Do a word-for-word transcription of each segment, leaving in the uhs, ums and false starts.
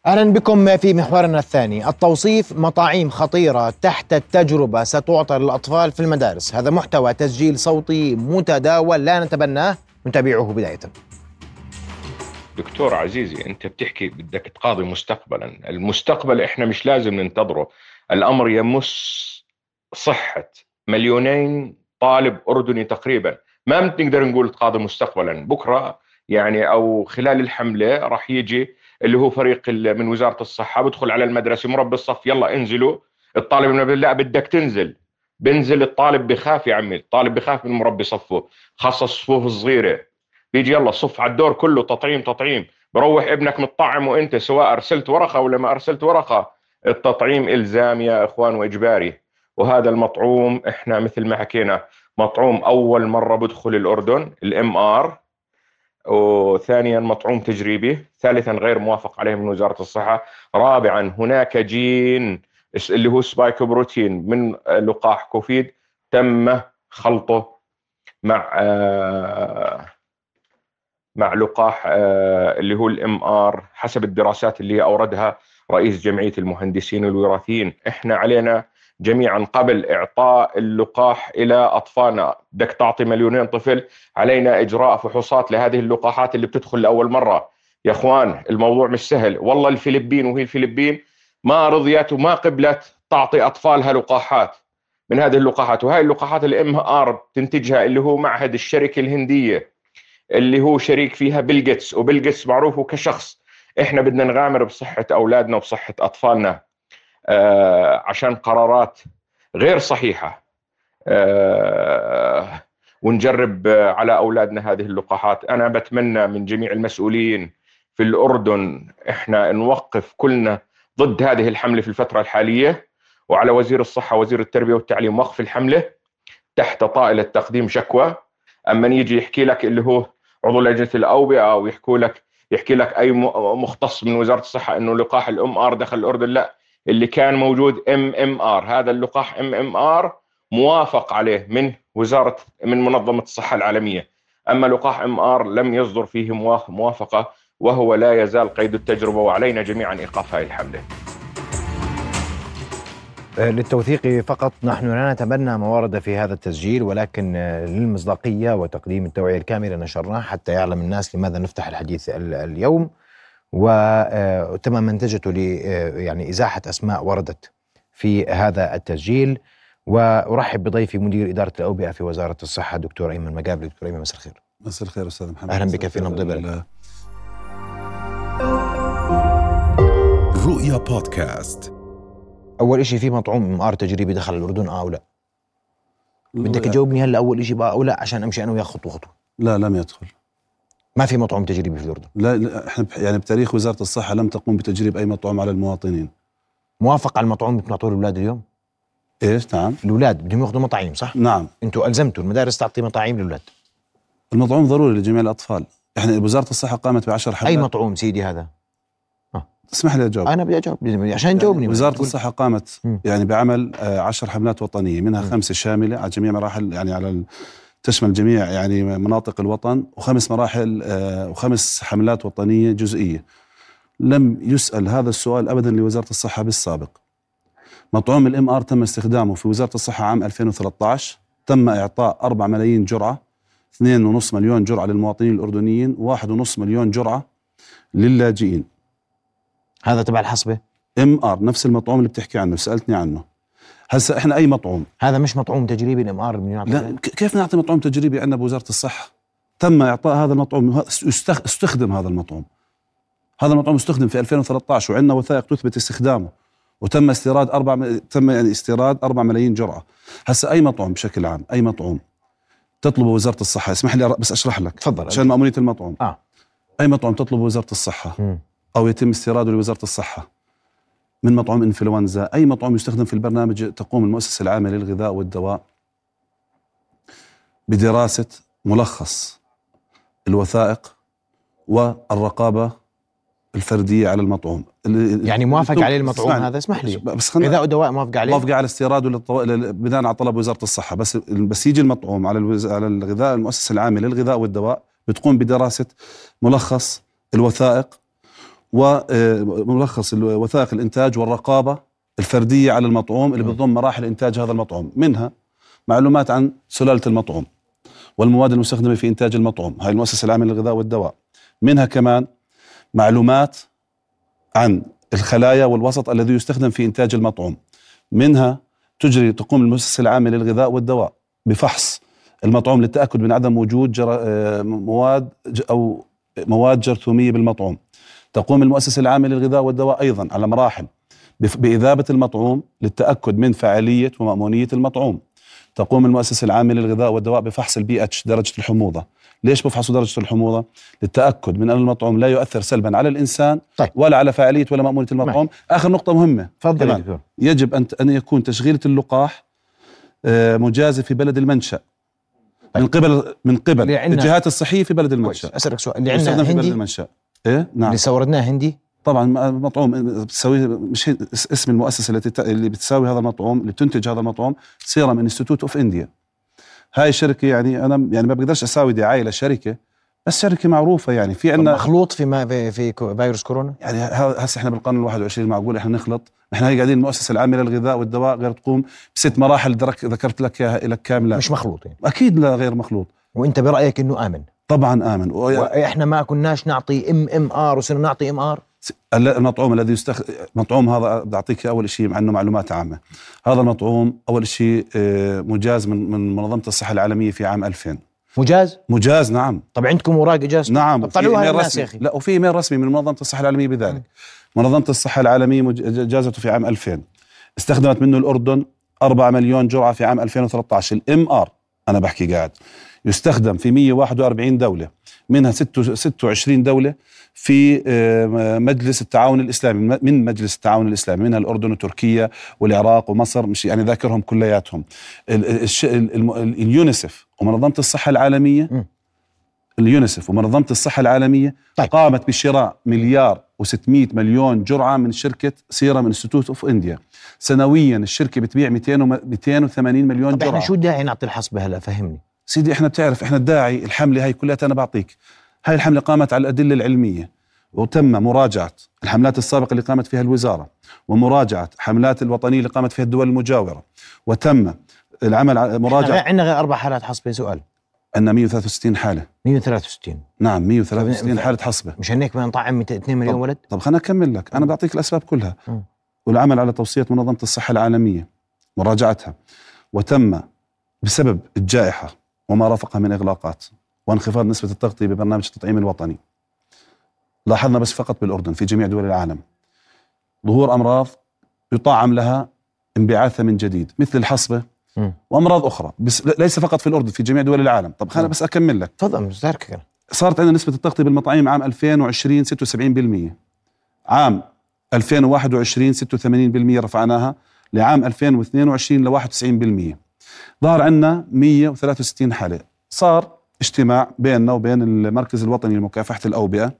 أهلا بكم في محورنا الثاني. التوصيف: مطاعيم خطيرة تحت التجربة ستعطى للأطفال في المدارس. هذا محتوى تسجيل صوتي متداول لا نتبناه، نتابعه بداية. دكتور عزيزي، أنت بتحكي بدك تقاضي مستقبلا. المستقبل إحنا مش لازم ننتظره. الأمر يمس صحة مليونين طالب أردني تقريبا. ما بنقدر نقول تقاضي مستقبلا بكرة يعني، أو خلال الحملة راح يجي اللي هو فريق من وزارة الصحة بدخل على المدرسة مربي الصف، يلا انزلوا. الطالب من لا بدك تنزل، بنزل الطالب بخاف يا عمي، الطالب بخاف من مربي صفه، خاصة الصفوف الصغيرة. بيجي يلا صف على الدور كله تطعيم تطعيم، بروح ابنك متطعم وانت سواء ارسلت ورقة ولا ما ارسلت ورقة. التطعيم الزام يا اخوان واجباري. وهذا المطعوم احنا مثل ما حكينا مطعوم اول مرة بدخل الاردن الام ار، وثانيا مطعوم تجريبي، ثالثا غير موافق عليه من وزارة الصحة، رابعا هناك جين اللي هو سبايك بروتين من لقاح كوفيد تم خلطه مع آه مع لقاح آه اللي هو الام ار حسب الدراسات اللي اوردها رئيس جمعية المهندسين الوراثيين. احنا علينا جميعا قبل اعطاء اللقاح الى اطفالنا، بدك تعطي مليونين طفل، علينا اجراء فحوصات لهذه اللقاحات اللي بتدخل لاول مرة. يا اخوان الموضوع مش سهل والله. الفلبين وهي الفلبين ما رضيت وما قبلت تعطي اطفالها لقاحات من هذه اللقاحات، وهي اللقاحات الام ار تنتجها اللي هو معهد الشركة الهندية اللي هو شريك فيها بيل جيتس، وبيل جيتس معروفه كشخص. احنا بدنا نغامر بصحة اولادنا وبصحة اطفالنا آه عشان قرارات غير صحيحة آه ونجرب على اولادنا هذه اللقاحات. انا بتمنى من جميع المسؤولين في الاردن احنا نوقف كلنا ضد هذه الحملة في الفترة الحالية، وعلى وزير الصحة وزير التربية والتعليم وقف الحملة تحت طائلة تقديم شكوى. اما يجي يحكي لك اللي هو عضو لجنة الأوبئة او يحكوا لك يحكي لك اي مختص من وزارة الصحة انه لقاح الام ار دخل الاردن، لا، اللي كان موجود ام ام ار، هذا اللقاح ام ام ار موافق عليه من وزارة من منظمة الصحة العالمية. اما لقاح ام ار لم يصدر فيه موافقة، وهو لا يزال قيد التجربة، وعلينا جميعا ايقاف هذه الحملة. للتوثيق فقط، نحن لا نتبنى ما ورد في هذا التسجيل، ولكن للمصداقية وتقديم التوعية الكاملة نشرناه حتى يعلم الناس لماذا نفتح الحديث اليوم، وتم منتجته ل يعني إزاحة أسماء وردت في هذا التسجيل. وأرحب بضيفي مدير إدارة الأوبئة في وزارة الصحة دكتور أيمن مقابل. دكتور أيمن، مساء الخير. مساء الخير أستاذ محمد. أهلا بك في نبض البلد. رؤيا بودكاست. أول إشي، في مطعوم ام ار تجريبي دخل الأردن آه أو لا؟ بدك تجاوبني هلا أول إشي بقى أو لا عشان أمشي أنا وياك خطوة خطوة. لا، لم يدخل. ما في مطعوم تجريبي في الأردن؟ لا, لا احنا يعني بتاريخ وزارة الصحة لم تقوم بتجريب أي مطعوم على المواطنين. موافق على المطعوم بتعطوه الأولاد اليوم؟ إيش؟ نعم، الأولاد بدهم ياخذوا مطاعيم صح؟ نعم. أنتوا ألزمتوا المدارس تعطي مطاعيم للأولاد؟ المطعوم ضروري لجميع الأطفال. احنا وزارة الصحة قامت بعشر حملات. أي مطعوم سيدي هذا؟ اسمح لي أجاوب. أنا بدي أجاوب عشان تجاوبني. يعني وزارة الصحة قامت م. يعني بعمل عشر حملات وطنية، منها م. خمسة شاملة على جميع مراحل، يعني على تشمل جميع يعني مناطق الوطن، وخمس مراحل وخمس حملات وطنية جزئية. لم يسأل هذا السؤال أبدا لوزارة الصحة بالسابق. مطعوم الام ار تم استخدامه في وزارة الصحة عام ألفين وثلاثة عشر، تم إعطاء أربعة ملايين جرعة، اثنين ونص مليون جرعة للمواطنين الأردنيين، واحد ونص مليون جرعة للاجئين. هذا تبع الحصبة ام ار، نفس المطعوم اللي بتحكي عنه سألتني عنه. هسا احنا اي مطعوم، هذا مش مطعوم تجريبي الام ار؟ لا، كيف نعطي مطعوم تجريبي عندنا بوزارة الصحة؟ تم اعطاء هذا المطعوم، استخدم هذا المطعوم هذا المطعوم استخدم في ألفين وثلاثة عشر، وعندنا وثائق تثبت استخدامه، وتم استيراد أربعة تم يعني استيراد أربعة ملايين جرعة. هسا اي مطعوم بشكل عام، اي مطعوم تطلب وزارة الصحة، اسمح لي بس اشرح لك تفضل عشان مأمونية المطعوم. آه. اي مطعوم تطلب وزارة الصحة م. او يتم استيراده لوزارة الصحة من مطعوم انفلونزا، اي مطعوم يستخدم في البرنامج، تقوم المؤسسة العامة للغذاء والدواء بدراسة ملخص الوثائق والرقابة الفردية على المطعوم. يعني موافق عليه المطعوم هذا؟ اسمح لي، بس غذاء ودواء موافق عليه؟ موافق على استيراده للطو... بناء على طلب وزارة الصحة. بس بس يجي المطعوم على الوز... على الغذاء، المؤسسة العامة للغذاء والدواء بتقوم بدراسة ملخص الوثائق وملخص وثائق الإنتاج والرقابة الفردية على المطعوم اللي بتضم مراحل إنتاج هذا المطعوم، منها معلومات عن سلالة المطعوم والمواد المستخدمة في إنتاج المطعوم، هاي المؤسسة العامة للغذاء والدواء. منها كمان معلومات عن الخلايا والوسط الذي يستخدم في إنتاج المطعوم. منها تجري تقوم المؤسسة العامة للغذاء والدواء بفحص المطعوم للتأكد من عدم وجود جر... مواد أو مواد جرثومية بالمطعوم. تقوم المؤسسة العامة للغذاء والدواء أيضا على مراحل بإذابة المطعوم للتأكد من فاعلية ومأمونية المطعوم. تقوم المؤسسة العامة للغذاء والدواء بفحص البي اتش درجة الحموضة. ليش بفحصوا درجة الحموضة؟ للتأكد من أن المطعوم لا يؤثر سلبا على الإنسان طيب. ولا على فاعلية ولا مأمونية المطعوم. مع. آخر نقطة مهمة، تفضل. يجب أن أن يكون تشغيلة اللقاح مجازة في بلد المنشأ من قبل من قبل الجهات الصحية في بلد المنشأ. أسألك سؤال، اللي عندنا في بلد المنشأ إيه؟ نعم. اللي سوردناه هندي طبعا مطعوم بتسوي، مش اسم المؤسسة التي اللي بتساوي هذا المطعوم اللي بتنتج هذا المطعوم سيرم انستيتوت اوف انديا. هاي الشركة يعني أنا يعني ما بقدرش أساوي دعاية لشركة، بس شركة معروفة يعني في عندنا مخلوط في ما في, في فيروس كورونا. يعني هسه احنا بالقرن الواحد والعشرين معقول احنا نخلط؟ احنا هي قاعدين المؤسسة العامة للغذاء والدواء غير تقوم بست مراحل ذكرت لك اياها لك كاملة، مش مخلوط يعني. أكيد لا غير مخلوط. وأنت برأيك إنه آمن؟ طبعا آمن. وإحنا ما كناش نعطي ام ام ار وصرنا نعطي ام ار. المطعوم الذي يستخ... مطعوم هذا بدي أعطيك أول شيء عنه معلومات عامة. هذا المطعوم أول شيء مجاز من من منظمة الصحة العالمية في عام ألفين. مجاز؟ مجاز نعم. طب عندكم اوراق اجازه؟ نعم. طلعوها للناس يا اخي. لا وفي ايميل رسمي من منظمة الصحة العالمية بذلك. م. منظمة الصحة العالمية جازته في عام ألفين. استخدمت منه الأردن أربعة مليون جرعة في عام ألفين وثلاثة عشر. الام ار أنا بحكي قاعد يستخدم في مئة وواحد وأربعين دولة، منها ستة وعشرين دولة في مجلس التعاون الإسلامي، من مجلس التعاون الإسلامي، منها الأردن وتركيا والعراق ومصر، مش يعني ذاكرهم كلياتهم. اليونيسف ومنظمة الصحة العالمية م. اليونيسف ومنظمة الصحة العالمية طيب. قامت بشراء مليار وستمئة مليون جرعة من شركة سيرم انستيتوت اوف انديا. سنويا الشركة بتبيع مئتين وثمانين مليون جرعة. احنا شو الداعي نعطي الحصبة هلا؟ فهمني سيدي. احنا بتعرف احنا الداعي الحملة هاي كلها انا بعطيك، هاي الحملة قامت على الأدلة العلمية، وتم مراجعة الحملات السابقة اللي قامت فيها الوزارة، ومراجعة حملات الوطنية اللي قامت فيها الدول المجاورة، وتم العمل على مراجعة. عندنا غير أربع حالات حصبة. سؤال، عندنا مئة وثلاثة وستين حالة. مئة وثلاثة وستين نعم مئة وثلاثة وستين حالة حصبة. مش هنيك ما نطعم اثنين مليون طب ولد؟ طب خلنا أكمل لك، أنا بعطيك الأسباب كلها. م. والعمل على توصية منظمة الصحة العالمية مراجعتها، وتم بسبب الجائحة وما رافقها من إغلاقات وانخفاض نسبة التغطية ببرنامج التطعيم الوطني، لاحظنا بس فقط بالأردن، في جميع دول العالم ظهور أمراض يطعم لها انبعاثها من جديد مثل الحصبة م. وأمراض أخرى، بس ليس فقط في الأردن، في جميع دول العالم. طب خلنا بس أكمل لك. تفضل مسترك. صارت عندنا نسبة التغطية بالمطاعيم عام ألفين وعشرين ستة وسبعين بالمئة، عام ألفين وواحد وعشرين ستة وثمانين بالمئة رفعناها، لعام ألفين واثنين وعشرين ل واحد وتسعين بالمئة. ظهر عندنا مئة وثلاثة وستين حالة. صار اجتماع بيننا وبين المركز الوطني لمكافحة الأوبئة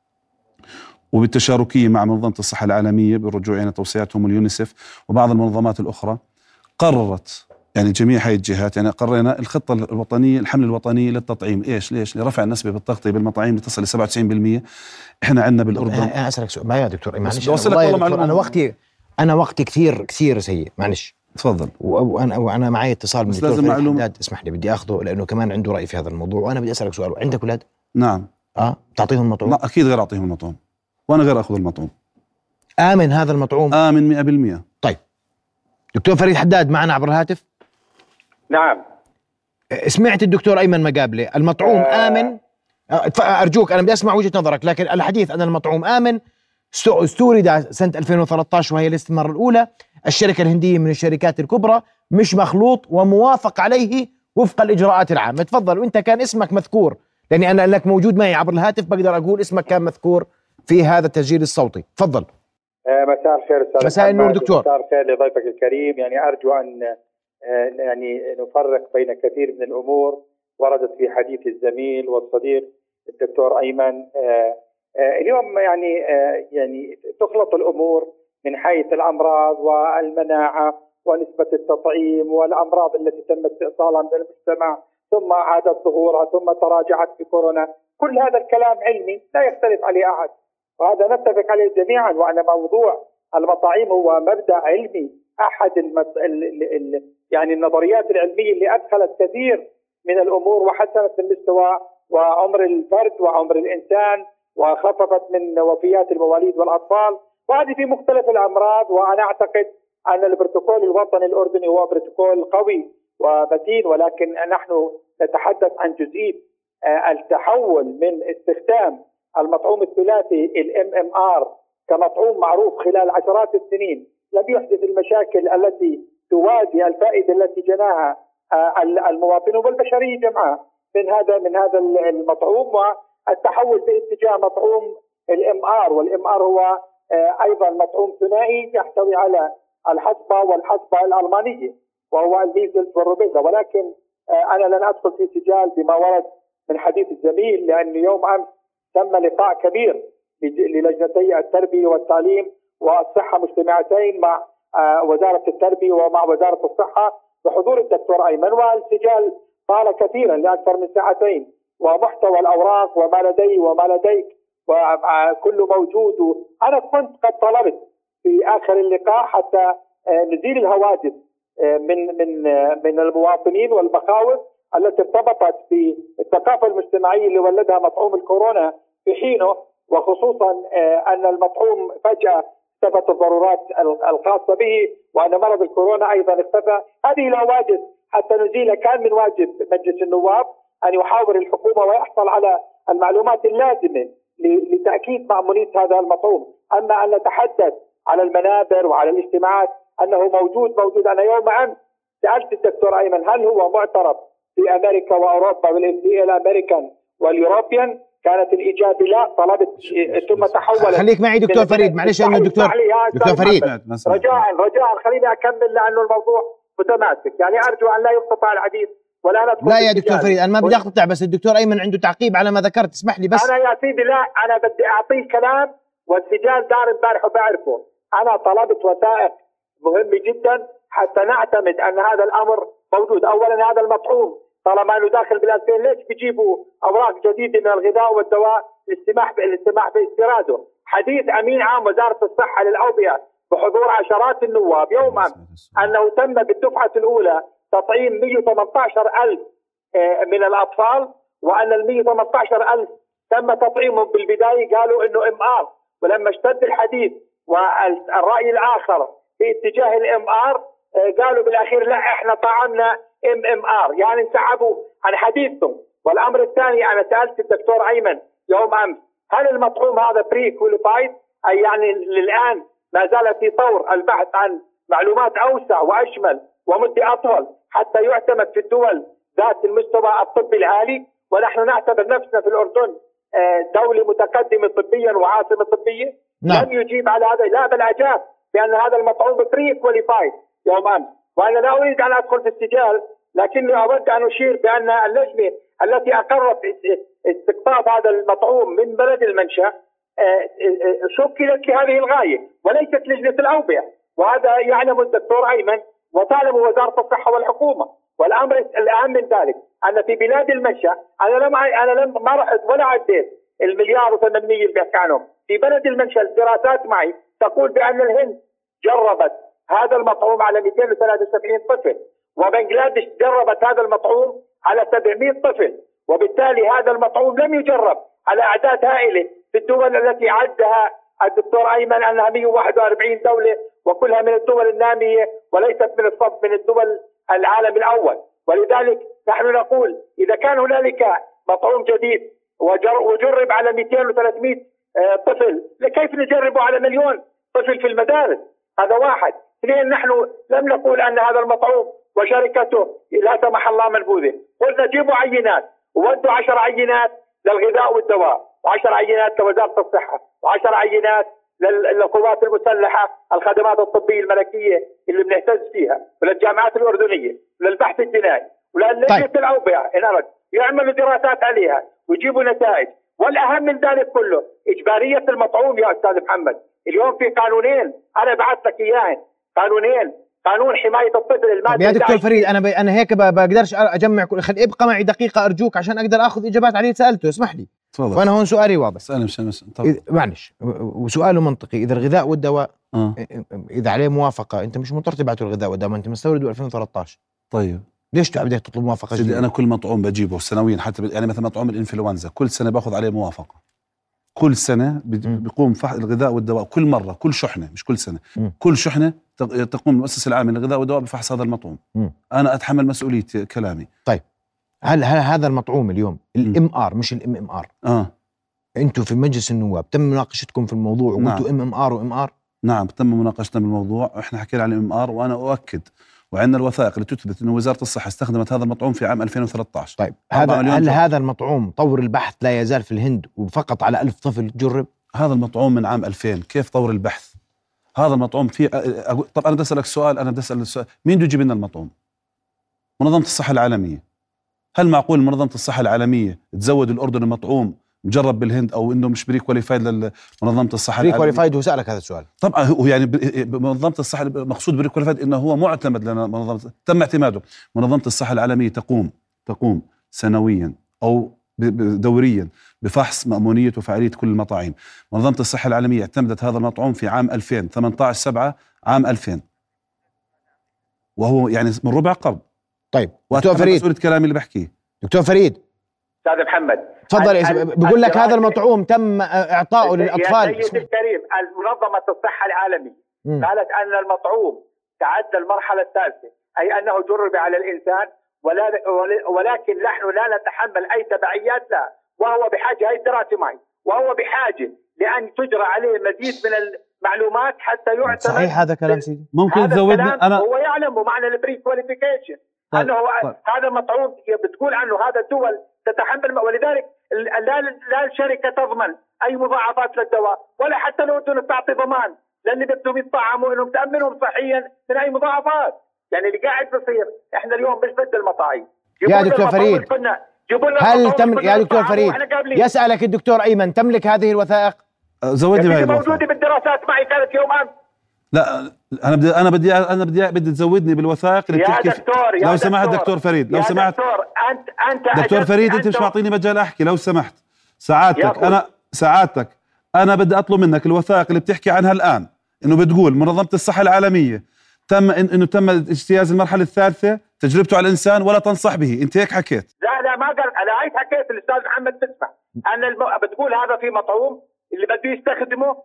وبالتشاركية مع منظمة الصحة العالمية بالرجوع إلى توصياتهم اليونيسف وبعض المنظمات الأخرى. قررت يعني جميع هاي الجهات، يعني قررنا الخطة الوطنية الحملة الوطنية للتطعيم. إيش ليش لرفع النسبة بالتغطية بالمطاعيم لتصل ل سبعة وتسعين بالمئة. إحنا عندنا بالأردن. أنا أسألك سؤال ما يا دكتور، معلش أنا, أنا وقتي أنا وقتي كثير كثير سيء، معلش. تفضل. وأنا وأنا معي اتصال من الدكتور فريد حداد، اسمح لي بدي أخذه لأنه كمان عنده رأي في هذا الموضوع، وأنا بدي أسألك سؤال. عندك أولاد؟ نعم. آه تعطيهم المطعوم؟ لا أكيد غير أعطيهم المطعوم، وأنا غير أخذ المطعوم. آمن هذا المطعوم؟ آمن مئة بالمئة. طيب دكتور فريد حداد معنا عبر الهاتف؟ نعم. سمعت الدكتور أيمن مقابلة، المطعوم آه. آمن؟ أرجوك أنا بدي أسمع وجهة نظرك، لكن الحديث أن المطعوم آمن استورد سنة ألفين وثلاثة عشر وهي ليست المرة الأولى، الشركة الهندية من الشركات الكبرى، مش مخلوط وموافق عليه وفق الإجراءات العامة. تفضل. وأنت كان اسمك مذكور، لأني أنا لك موجود معي عبر الهاتف بقدر أقول اسمك كان مذكور في هذا التسجيل الصوتي. تفضل. آه مساء الخير أستاذ. مساء النور دكتور. مساء الخير لضيفك الكريم. يعني أرجو أن آه يعني نفرق بين كثير من الأمور وردت في حديث الزميل والصديق الدكتور أيمن. آه آه اليوم يعني آه يعني تخلط الأمور من حيث الأمراض والمناعة ونسبة التطعيم والأمراض التي تم استئصالها من المجتمع ثم عادت ظهورها ثم تراجعت في كورونا. كل هذا الكلام علمي لا يختلف عليه أحد، وهذا نتفق عليه جميعا، وأن موضوع المطاعيم هو مبدأ علمي أحد المت... ال... ال... ال... يعني النظريات العلمية اللي أدخلت كثير من الأمور وحسنت من مستوى وعمر الفرد وعمر الإنسان وخففت من وفيات المواليد والأطفال، وهذه في مختلف الأمراض. وأنا أعتقد أن البروتوكول الوطني الأردني هو بروتوكول قوي ومتين، ولكن نحن نتحدث عن جزئية التحول من استخدام المطعوم الثلاثي الام ام ار كمطعوم معروف خلال عشرات السنين لم يحدث المشاكل التي توازي الفائدة التي جناها المواطنون والبشرية جمعاء من هذا من هذا المطعوم، والتحول باتجاه مطعوم الام ار. والام ار هو ايضا مطعوم ثنائي يحتوي على الحصبة والحصبة الألمانية وهو الميزلز والروبيلا. ولكن انا لن ادخل في سجال بما ورد من حديث الزميل، لأن يوم أمس تم لقاء كبير للجنتي التربية والتعليم والصحة مجتمعتين مع وزارة التربية ومع وزارة الصحة بحضور الدكتور أيمن، والسجال طال كثيرا لأكثر من ساعتين، ومحتوى الأوراق وما لدي وما لديك وكله موجود. أنا كنت قد طلبت في آخر اللقاء حتى نزيل الهواجس من من من المواطنين والمخاوف التي ارتبطت بالثقافة المجتمعية اللي ولدها مطعوم الكورونا في حينه، وخصوصا أن المطعوم فجأة اختفت الضرورات الخاصة به، وأن مرض الكورونا أيضا اختفى. هذه الهواجس حتى نزيلها كان من واجب مجلس النواب أن يحاور الحكومة ويحصل على المعلومات اللازمة لتأكيد مأمونية هذا المطعوم. أما أن نتحدث على المنابر وعلى الاجتماعات أنه موجود موجود أنا يوم أمس سألت الدكتور أيمن هل هو معترف في أمريكا وأوروبا والاف دي الأمريكان واليوروبيان؟ كانت الإجابة لا. طلبت ثم تحولت. خليك معي دكتور فريد، معلش انه دكتور دكتور فريد رجاء رجاء خليني أكمل لأنه الموضوع متماسك، يعني أرجو أن لا يقتطع الحديث ولا ندخل. لا يا دكتور فريد أنا ما بدي أقطع، بس الدكتور أيمن عنده تعقيب على ما ذكرت، اسمح لي بس. أنا يا سيدي لا، أنا بدي أعطيه كلام والسجال دار امبارح وبعرفه. أنا طلبت وثائق مهمة جدا حتى نعتمد أن هذا الأمر موجود. أولا هذا المطعوم طالما أنه داخل بلادين ليش بيجيبوا أوراق جديدة من الغذاء والدواء للسماح للسماح باستيراده؟ حديث أمين عام وزارة الصحة للأوبئة بحضور عشرات النواب يوم أمس أنه تم بالدفعة الأولى تطعيم مئة وثمانية عشر ألف من الأطفال، وأن ال مئة وثمانية عشر ألف تم تطعيمهم بالبداية قالوا إنه إم آر، ولما اشتد الحديث والرأي الآخر في اتجاه الام ار قالوا بالاخير لا احنا طعمنا ام ام ار، يعني انسحبوا عن حديثهم. والامر الثاني انا سالت الدكتور ايمن يوم امس هل المطعوم هذا بري كواليفايد، اي يعني للان ما زال في طور البحث عن معلومات اوسع واشمل ومده اطول حتى يعتمد في الدول ذات المستوى الطبي العالي. ونحن نعتبر نفسنا في الاردن دوله متقدمه طبيا وعاصمه طبيه. نعم. لم يجيب على هذا، لا بل اجاب بأن هذا المطعوم بري كواليفايد يوم أمس. وأنا لا أريد أن أدخل في السجال، لكني أود أن أشير بأن اللجنة التي أقرت استقطاب هذا المطعوم من بلد المنشأ شكلت لهذه الغاية وليست لجنة الأوبئة، وهذا يعلم الدكتور أيمن وتعلم وزارة الصحة والحكومة. والأمر الأهم من ذلك أن في بلاد المنشأ أنا لم أنا لم ما رحت ولا عديت المليار وثمانمية اللي بيحكي عنهم. في بلد المنشأ الدراسات معي تقول بأن الهند جربت هذا المطعوم على مئتين وثلاثة وسبعين طفل، وبنغلاديش جربت هذا المطعوم على سبعمئة طفل، وبالتالي هذا المطعوم لم يجرب على أعداد هائلة في الدول التي عدها الدكتور أيمن أنها مئة وواحد وأربعين دولة وكلها من الدول النامية وليست من الصف من الدول العالم الأول. ولذلك نحن نقول إذا كان هنالك مطعوم جديد وجرب على مئتين وثلاثمئة طفل كيف نجربه على مليون طفل في المدارس؟ هذا واحد. اثنين، نحن لم نقول أن هذا المطعوم وشركته لا سمح الله منبوذة، قلنا جيبوا عينات وودوا عشر عينات للغذاء والدواء، وعشر عينات لوزارة الصحة، وعشر عينات للقوات المسلحة الخدمات الطبية الملكية اللي بنهتز فيها، وللجامعات الأردنية وللبحث الجنائي وللجنة الأوبئة إن أرد يعملوا دراسات عليها ويجيبوا نتائج. والأهم من ذلك كله إجبارية المطعوم يا أستاذ محمد. اليوم في قانونين أنا بعث لك إياهن، قانونين، قانون حماية الطفل المادة. يا دكتور فريد أنا ب... أنا هيك ب... بقدرش أجمع كل، خلي ابقى معي دقيقة أرجوك عشان أقدر أخذ إجابات عليه سألته، اسمح لي. تفضل. وانا هون سؤالي واضح. اسألني مشان معلش، وسؤاله منطقي. اذا الغذاء والدواء آه. اذا عليه موافقه، انت مش مضطر تبعته الغذاء والدواء، ما انت مستورد ألفين وثلاثة عشر. طيب ليش بدك تطلب موافقه سيدي؟ جديدة؟ انا كل مطعوم بجيبه سنويا، حتى يعني مثلا مطعوم الانفلونزا كل سنه باخذ عليه موافقه. كل سنه بيقوم فحص الغذاء والدواء، كل مره، كل شحنه، مش كل سنه، م. كل شحنه تقوم المؤسسه العامه للغذاء والدواء بفحص هذا المطعوم. م. انا اتحمل مسؤوليه كلامي. طيب هل هل هذا المطعوم اليوم الام ار مش الام ام ار؟ اه انتم في مجلس النواب تم مناقشتكم في الموضوع وقلتوا ام ام ار وام ار؟ نعم تم مناقشتنا بالموضوع، احنا حكينا عن الام ار، وانا اؤكد وعندنا الوثائق اللي تثبت انه وزاره الصحه استخدمت هذا المطعوم في عام ألفين وثلاثة عشر. طيب هذا هل جرب. هذا المطعوم طور البحث لا يزال في الهند وفقط على ألف طفل تجرب؟ هذا المطعوم من عام ألفين، كيف طور البحث؟ هذا المطعوم في أقول... طب انا بدي اسالك سؤال، انا بدي اسال السؤال، مين بده يجيب لنا المطعوم؟ منظمه الصحه العالميه. هل معقول منظمه الصحه العالميه تزود الاردن المطعوم مجرب بالهند، او انه مش بري كواليفايد لمنظمه الصحه العالميه؟ بري كواليفايد، هو سالك هذا السؤال. طبعا هو يعني منظمه الصحه مقصود بري كواليفايد انه هو معتمد لنا، منظمه تم اعتماده. منظمه الصحه العالميه تقوم تقوم سنويا او دوريا بفحص مأمونية وفعالية كل المطاعم. منظمة الصحة العالمية اعتمدت هذا المطعوم في عام ألفين، ثمانية عشر سبعة عام ألفين، وهو يعني من ربع قرن. طيب دكتور فريد، مسؤولية كلامي اللي بحكيه. دكتور فريد أستاذ محمد تفضل. بقول لك هذا المطعوم تم إعطائه للأطفال. يا سيدي الكريم، منظمة الصحة العالمية م. قالت أن المطعوم تعدى المرحلة الثالثة، أي أنه جرب على الإنسان، ولا ولكن نحن لا نتحمل أي تبعيات له، وهو بحاجة، هاي الدراسة معي، وهو بحاجة لأن تجرى عليه مزيد من المعلومات حتى يعتمد. صحيح هذا كلام سيدي. ممكن تزودني أنا؟ هو يعلم معنى البري كواليفيكيشن. طيب. أنه طيب. هذا مطعوم بتقول عنه هذا الدول تتحمل، ولذلك لا لا الشركة تضمن أي مضاعفات للدواء، ولا حتى لو أنتم تعطي ضمان لأن بدهم يطعموا إنهم تأمنهم صحيا من أي مضاعفات. يعني اللي قاعد بصير احنا اليوم مش ضد المطاعم. يا دكتور فريد، هل تملك يا دكتور فريد يسألك الدكتور أيمن تملك هذه الوثائق؟ زودني معي. موجودة بالدراسات معي، كانت يوم أمس. لا انا بدي انا بدي انا بدي بدي تزودني بالوثائق اللي بتحكي. دكتور يا لو سمحت دكتور فريد، لو سمحت دكتور انت انت دكتور فريد، انت مش معطيني مجال احكي. لو سمحت سعادتك، انا سعادتك انا بدي اطلب منك الوثائق اللي بتحكي عنها الان، انه بتقول منظمة الصحة العالمية تم انه تم اجتياز المرحلة الثالثة تجربته على الانسان ولا تنصح به، انت هيك حكيت. لا لا ما قال، انا هيك حكيت. الاستاذ محمد تسمع، انا الم... بتقول هذا في مطعوم اللي بده يستخدمه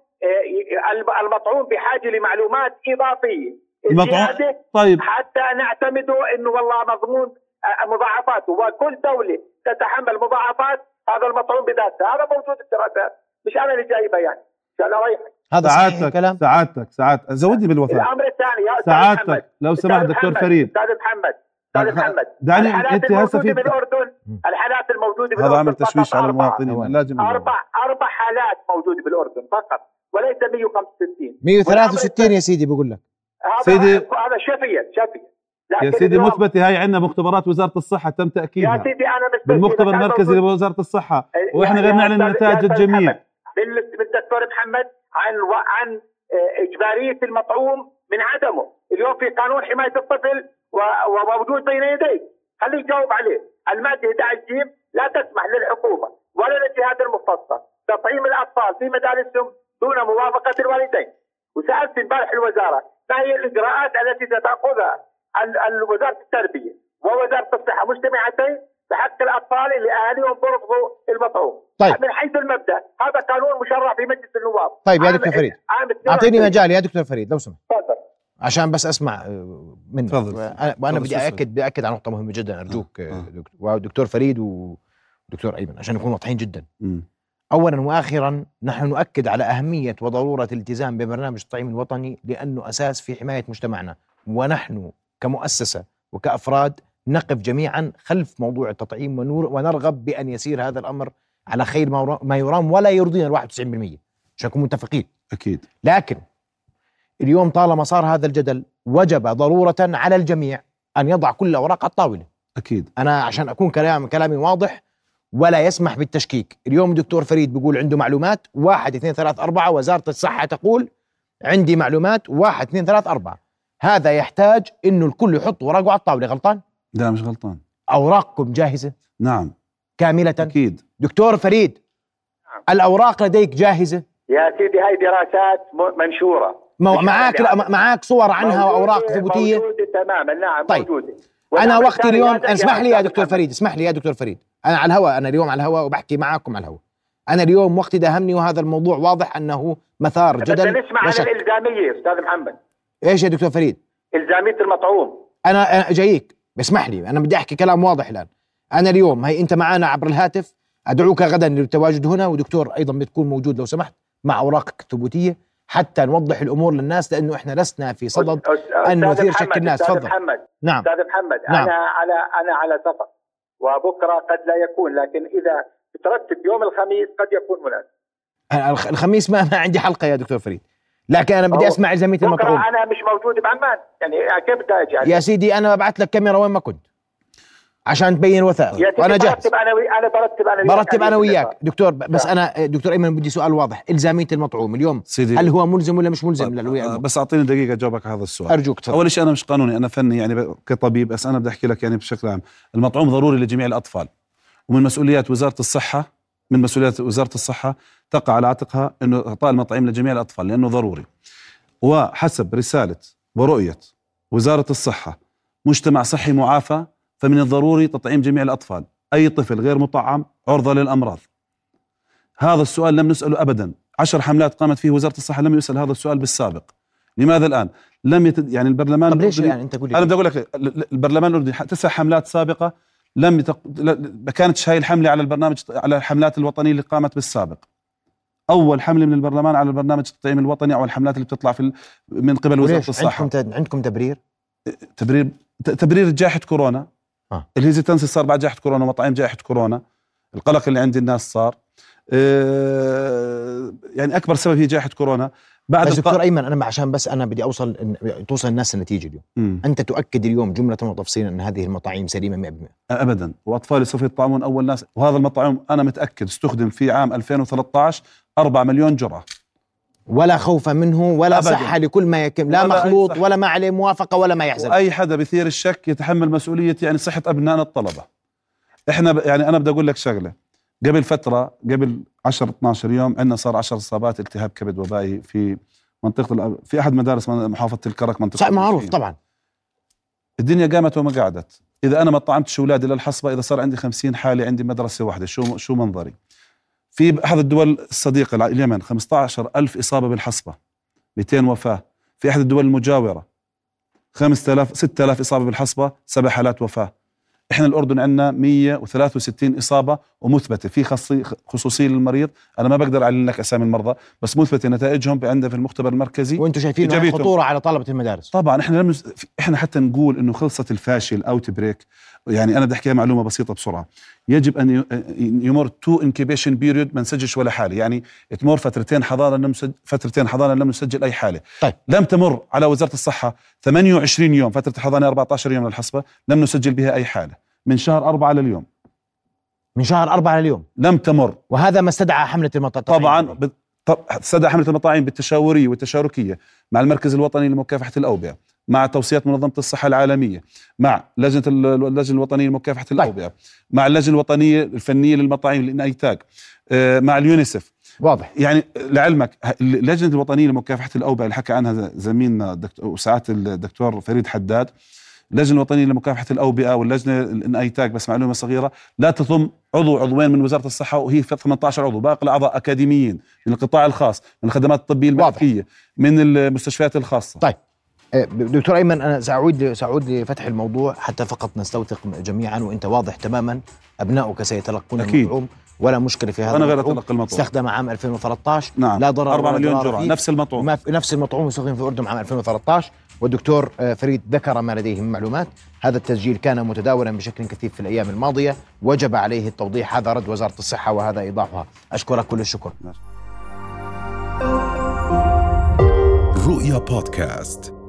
المطعوم بحاجة لمعلومات إضافية المطعوم. طيب حتى نعتمده إنه والله مضمون مضاعفاته، وكل دولة تتحمل مضاعفات هذا المطعوم بذاته. هذا موجود الدراسات، مش أنا اللي جايبه يعني. أنا رايحك هذا سعادتك كلام. سعادتك سعادتك زودني بالوثائق. الأمر الثاني يا سعادتك لو سمحت دكتور فريد. أستاذ محمد أستاذ محمد دعني الحالات انت الموجودة في بالأردن، الحالات الموجودة بالأردن هذا عمل تشويش على المواطنين. لازم أربع أربع حالات موجودة بالأردن فقط، وليس مئة وخمسة وستين مئة وثلاثة وستين يا سيدي. بقول لك سيدي هذا شفية شفية يا سيدي مثبتة. هاي عندنا مختبرات وزارة الصحة تم تأكيدها يا سيدي. أنا بالمختبر المركزي لوزارة الصحة، وإحنا غير نعلن نتائج الجميع. بالدكتور محمد عن عن إجبارية المطعوم من عدمه. اليوم في قانون حماية الطفل وموجود بين يديك، خليه يجاوب عليه. المادة أحد عشر جيم لا تسمح للحكومة ولا للجهات المختصة تطعيم الأطفال في مدارسهم دون موافقة الوالدين. وسألت امبارح الوزارة ما هي الإجراءات التي ستأخذها وزارة التربية ووزارة الصحة مجتمعتين بحق الأطفال اللي أهاليهم برفضوا المطعوم. طيب. من حيث المبدأ هذا قانون مشرع في مجلس النواب. طيب يا دكتور فريد أعطيني مجال يا دكتور فريد لو سمحت. تفضل. عشان بس أسمع منك. وأنا بدي أأكد بدي أأكد على نقطة مهمة جدا أرجوك آه. آه. دكتور فريد ودكتور أيمن عشان نكون واضحين جدا. م. أولا وآخرا نحن نؤكد على أهمية وضرورة الالتزام ببرنامج التطعيم الوطني، لأنه أساس في حماية مجتمعنا، ونحن كمؤسسة وكأفراد نقف جميعا خلف موضوع التطعيم ونرغب بأن يسير هذا الأمر على خير ما يرام، ولا يرضينا الواحد وتسعين بالمئة عشان نكون متفقين. أكيد. لكن اليوم طالما صار هذا الجدل وجب ضرورة على الجميع أن يضع كل أوراق على الطاولة. أكيد. أنا عشان أكون كلام كلامي واضح ولا يسمح بالتشكيك. اليوم الدكتور فريد بيقول عنده معلومات واحد اثنين ثلاث أربعة، وزارة الصحة تقول عندي معلومات واحد اثنين ثلاث أربعة. هذا يحتاج إنه الكل يحط ورقه على الطاولة. غلطان؟ لا مش غلطان. أوراقكم جاهزة؟ نعم كاملة؟ أكيد. دكتور فريد الأوراق لديك جاهزة؟ يا سيدي هاي دراسات منشورة. معاك لا معاك صور عنها وأوراق ثبوتية؟ موجودة تماما. نعم طيب. موجودة. أنا وقتي اليوم، اسمح لي يا دكتور فريد، اسمح لي يا دكتور فريد، أنا على الهواء، أنا اليوم على الهواء وبحكي معاكم على الهواء. أنا اليوم وقتي داهمني، وهذا الموضوع واضح أنه مثار جدل. بدنا نسمع عن الإلزامية أستاذ محمد. إيش يا دكتور فريد؟ إلزامية المطعوم. أنا جايك، اسمح لي، أنا بدي أحكي كلام واضح الآن. أنا اليوم هي أنت معنا عبر الهاتف، أدعوك غدا للتواجد هنا، ودكتور أيضا بتكون موجود لو سمحت مع أوراقك الثبوتية حتى نوضح الأمور للناس، لأنه إحنا لسنا في صدد أن نثير شك الناس. أستاذ تفضل. محمد. نعم أستاذ محمد. نعم. أنا على أنا على سفر وبكرة قد لا يكون، لكن إذا ترتب يوم الخميس قد يكون مناسب. الخميس ما, ما عندي حلقة يا دكتور فريد، لكن أنا بدي أسمع إلزامية المطعوم. بكرة أنا مش موجود بعمان، يعني كيف بدي أجي عليك؟ يا سيدي أنا ببعث لك كاميرا وين ما كنت عشان تبين وثائق، وأنا جاهز. أنا وي... أنا برتب أنا وياك برتب أنا وياك دكتور. بس لا. أنا دكتور أيمن بدي سؤال واضح، إلزامية المطعوم اليوم سيدي. هل هو ملزم ولا مش ملزم للوعي؟ بس أعطيني دقيقة أجاوبك على هذا السؤال. أرجوك تفضل. أول شيء أنا مش قانوني، أنا فني يعني كطبيب، بس أنا بدي أحكي لك يعني بشكل عام. المطعوم ضروري لجميع الأطفال، ومن مسؤوليات وزارة الصحة من مسؤوليات وزارة الصحة تقع على عاتقها إنه إعطاء المطعم لجميع الأطفال لأنه ضروري. وحسب رسالة ورؤية وزارة الصحة مجتمع صحي معافى، فمن الضروري تطعيم جميع الأطفال. أي طفل غير مطعم عرضة للأمراض. هذا السؤال لم نسأله أبدا. عشر حملات قامت فيه وزارة الصحة لم يسأل هذا السؤال بالسابق. لماذا الآن؟ لم يتد... يعني البرلمان طب ليش يعني أنت قولي؟ أنا بدي أقول لك البرلمان الأردني تسع حملات سابقة لم يتق... ما كانتش هاي الحملة على البرنامج على الحملات الوطنية اللي قامت بالسابق. أول حملة من البرلمان على البرنامج التطعيم الوطني أو الحملات اللي بتطلع في ال... من قبل وزارة الصحة. عندكم عندكم تبرير؟ تبرير تبرير جائحة كورونا. آه. الهيزيتنسي صار بعد جائحة كورونا، مطاعم جائحة كورونا، القلق اللي عند الناس صار آه يعني أكبر سبب هي جائحة كورونا. بعد بس دكتور الق... أيمن أنا عشان بس أنا بدي أوصل إن... توصل الناس النتيجة اليوم. م. أنت تؤكد اليوم جملة وتفصيلا أن هذه المطاعم سليمة مئة بالمئة؟ أبدا، وأطفالي سوف يطعمون أول ناس. وهذا المطعم أنا متأكد استخدم في عام ألفين وثلاثة عشر أربعة مليون جرعة، ولا خوف منه ولا أبداً. صحة لكل ما يكم، لا مخلوط ولا ما عليه موافقة ولا ما يحزن. أي حدا بثير الشك يتحمل مسؤولية يعني صحة أبنائنا الطلبة. إحنا ب... يعني أنا بدي أقول لك شغلة، قبل فترة قبل عشرة اثنا عشر يوم عندنا صار عشر إصابات التهاب كبد وبائي في منطقة الأ... في أحد مدارس محافظة الكرك، منطقة معروف طبعا. الدنيا قامت وما قعدت. إذا أنا ما طعمتش أولادي للحصبة، إذا صار عندي خمسين حالة عندي مدرسة واحدة، شو شو منظري؟ في أحد الدول الصديقة اليمن خمسة عشر ألف إصابة بالحصبة، مئتين وفاة. في أحد الدول المجاورة خمسة آلاف ستة آلاف إصابة بالحصبة، سبع حالات وفاة. إحنا الأردن عندنا مئة وثلاثة وستين إصابة ومثبتة، في خصوصية للمريض. أنا ما بقدر أعلن لك أسامي المرضى، بس مثبتة نتائجهم عندنا في المختبر المركزي. وأنتم شايفين خطورة على طلبة المدارس؟ طبعا. إحنا لم نس... إحنا حتى نقول إنه خلصت الفاشل أو تبريك، يعني أنا بدي أحكيها معلومة بسيطة بسرعة. يجب أن يمر تو انكيبيشن بيريود ما نسجلش ولا حالة، يعني تمر فترتين حضانة لم نسجل فترتين حضانة لم نسجل أي حالة. طيب. لم تمر على وزارة الصحة ثمانية وعشرين يوم، فترة الحضانة أربعة عشر يوم للحصبة، لم نسجل بها أي حالة من شهر أربعة لليوم. من شهر أربعة لليوم لم تمر. وهذا ما استدعى حملة المطاعم. طبعا ب... استدعى حملة المطاعم بالتشاورية والتشاركية مع المركز الوطني لمكافحة الأوبئة، مع توصيات منظمة الصحة العالمية، مع لجنة اللجنة الوطنية لمكافحة الأوبئة، طيب. مع اللجنة الوطنية الفنية للمطاعم الإنايتاج، مع اليونيسف. واضح. يعني لعلمك اللجنة الوطنية لمكافحة الأوبئة اللي حكى عنها زميلنا وساعات الدكتور فريد حداد، اللجنة الوطنية لمكافحة الأوبئة واللجنة الإنايتاج، بس معلومة صغيرة، لا تضم عضو عضوين من وزارة الصحة، وهي ثمانية عشر عضو. باقي الأعضاء أكاديميين من القطاع الخاص، من الخدمات الطبية الملكية، من المستشفيات الخاصة. طيب دكتور أيمن، أنا سأعود سأعود لفتح الموضوع حتى فقط نستوثق جميعا، وأنت واضح تماما أبنائك سيتلقون المطعوم ولا مشكلة في هذا. أنا غير أتلقى المطعوم. استخدم عام ألفين وثلاثة عشر. نعم. لا ضرر أربعة مليون جرعة، نفس المطعوم نفس المطعوم استخدم في الأردن عام ألفين وثلاثة عشر. والدكتور فريد ذكر ما لديه من معلومات. هذا التسجيل كان متداولا بشكل كثيف في الأيام الماضية، وجب عليه التوضيح. هذا رد وزارة الصحة وهذا إيضاحها. أشكرك كل الشكر. رؤيا بودكاست.